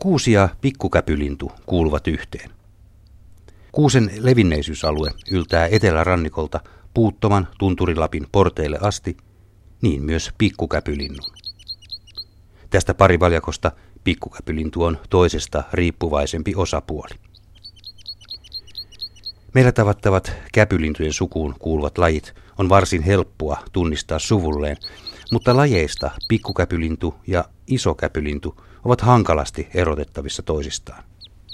Kuusi ja pikkukäpylintu kuuluvat yhteen. Kuusen levinneisyysalue yltää etelärannikolta puuttoman Tunturilapin porteille asti, niin myös pikkukäpylinnun. Tästä parivaljakosta pikkukäpylintu on toisesta riippuvaisempi osapuoli. Meillä tavattavat käpylintujen sukuun kuuluvat lajit on varsin helppoa tunnistaa suvulleen, mutta lajeista pikkukäpylintu ja isokäpylintu ovat hankalasti erotettavissa toisistaan.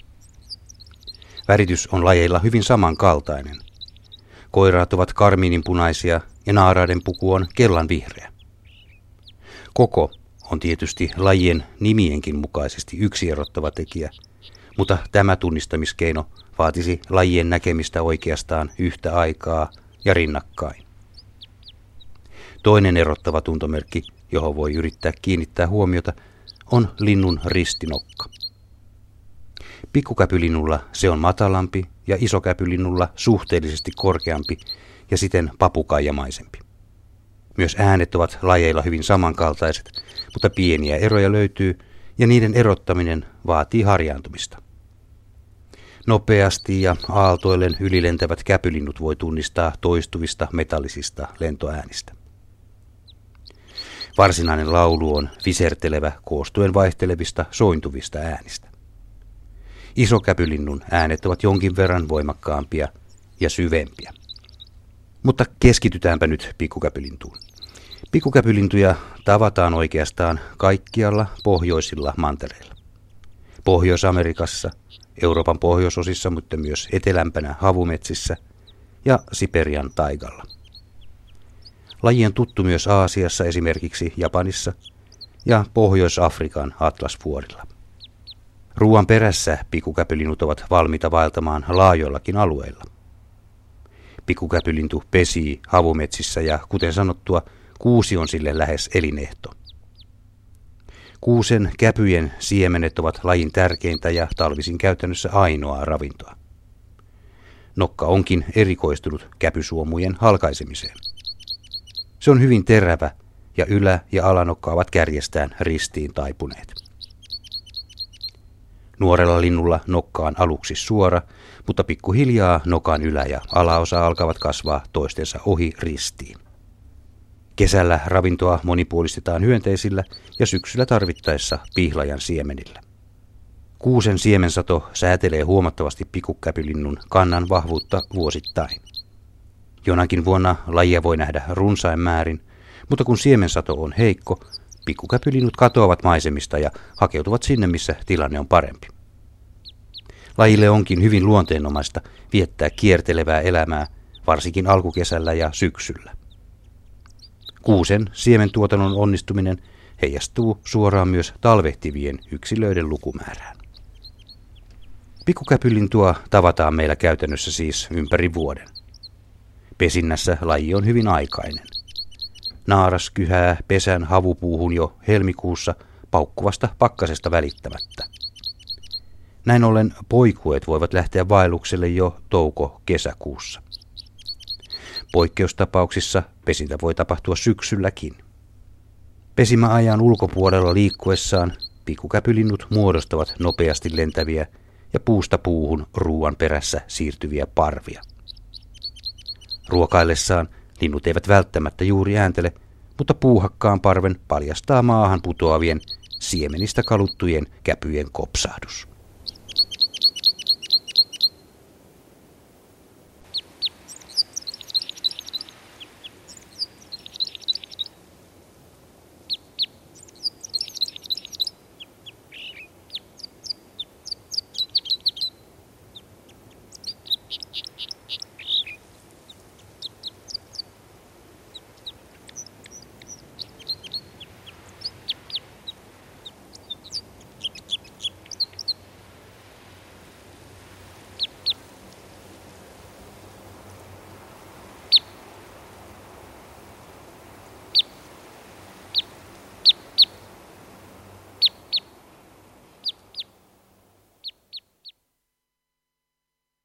Väritys on lajeilla hyvin samankaltainen. Koiraat ovat karmiininpunaisia ja naaraiden puku on kellanvihreä. Koko on tietysti lajien nimienkin mukaisesti yksi erottava tekijä, mutta tämä tunnistamiskeino vaatisi lajien näkemistä oikeastaan yhtä aikaa ja rinnakkain. Toinen erottava tuntomerkki, johon voi yrittää kiinnittää huomiota, on linnun ristinokka. Pikkukäpylinnulla se on matalampi ja isokäpylinnulla suhteellisesti korkeampi ja siten papukaijamaisempi. Myös äänet ovat lajeilla hyvin samankaltaiset, mutta pieniä eroja löytyy ja niiden erottaminen vaatii harjaantumista. Nopeasti ja aaltoillen ylilentävät käpylinnut voi tunnistaa toistuvista metallisista lentoäänistä. Varsinainen laulu on visertelevä koostuen vaihtelevista sointuvista äänistä. Isokäpylinnun äänet ovat jonkin verran voimakkaampia ja syvempiä. Mutta keskitytäänpä nyt pikkukäpylintuun. Pikkukäpylintuja tavataan oikeastaan kaikkialla pohjoisilla mantereilla. Pohjois-Amerikassa, Euroopan pohjoisosissa, mutta myös etelämpänä havumetsissä ja Siperian taigalla. Laji on tuttu myös Aasiassa, esimerkiksi Japanissa ja Pohjois-Afrikan atlasvuorilla. Ruoan perässä pikkukäpylinnut ovat valmiita vaeltamaan laajoillakin alueilla. Pikkukäpylintu pesii havumetsissä ja kuten sanottua, kuusi on sille lähes elinehto. Kuusen käpyjen siemenet ovat lajin tärkeintä ja talvisin käytännössä ainoaa ravintoa. Nokka onkin erikoistunut käpysuomujen halkaisemiseen. Se on hyvin terävä ja ylä- ja alanokka ovat kärjestään ristiin taipuneet. Nuorella linnulla nokka on aluksi suora, mutta pikkuhiljaa nokan ylä- ja alaosa alkavat kasvaa toistensa ohi ristiin. Kesällä ravintoa monipuolistetaan hyönteisillä ja syksyllä tarvittaessa pihlajan siemenillä. Kuusen siemensato säätelee huomattavasti pikkukäpylinnun kannan vahvuutta vuosittain. Jonakin vuonna lajia voi nähdä runsain määrin, mutta kun siemensato on heikko, pikkukäpylinnut katoavat maisemista ja hakeutuvat sinne, missä tilanne on parempi. Lajille onkin hyvin luonteenomaista viettää kiertelevää elämää, varsinkin alkukesällä ja syksyllä. Kuusen siementuotannon onnistuminen heijastuu suoraan myös talvehtivien yksilöiden lukumäärään. Pikkukäpylintua tavataan meillä käytännössä siis ympäri vuoden. Pesinnässä laji on hyvin aikainen. Naaras kyhää pesän havupuuhun jo helmikuussa paukkuvasta pakkasesta välittämättä. Näin ollen poikueet voivat lähteä vaellukselle jo touko-kesäkuussa. Poikkeustapauksissa pesintä voi tapahtua syksylläkin. Pesimäajan ulkopuolella liikkuessaan pikkukäpylinnut muodostavat nopeasti lentäviä ja puusta puuhun ruuan perässä siirtyviä parvia. Ruokaillessaan linnut eivät välttämättä juuri ääntele, mutta puuhakkaan parven paljastaa maahan putoavien siemenistä kaluttujen käpyjen kopsahdus.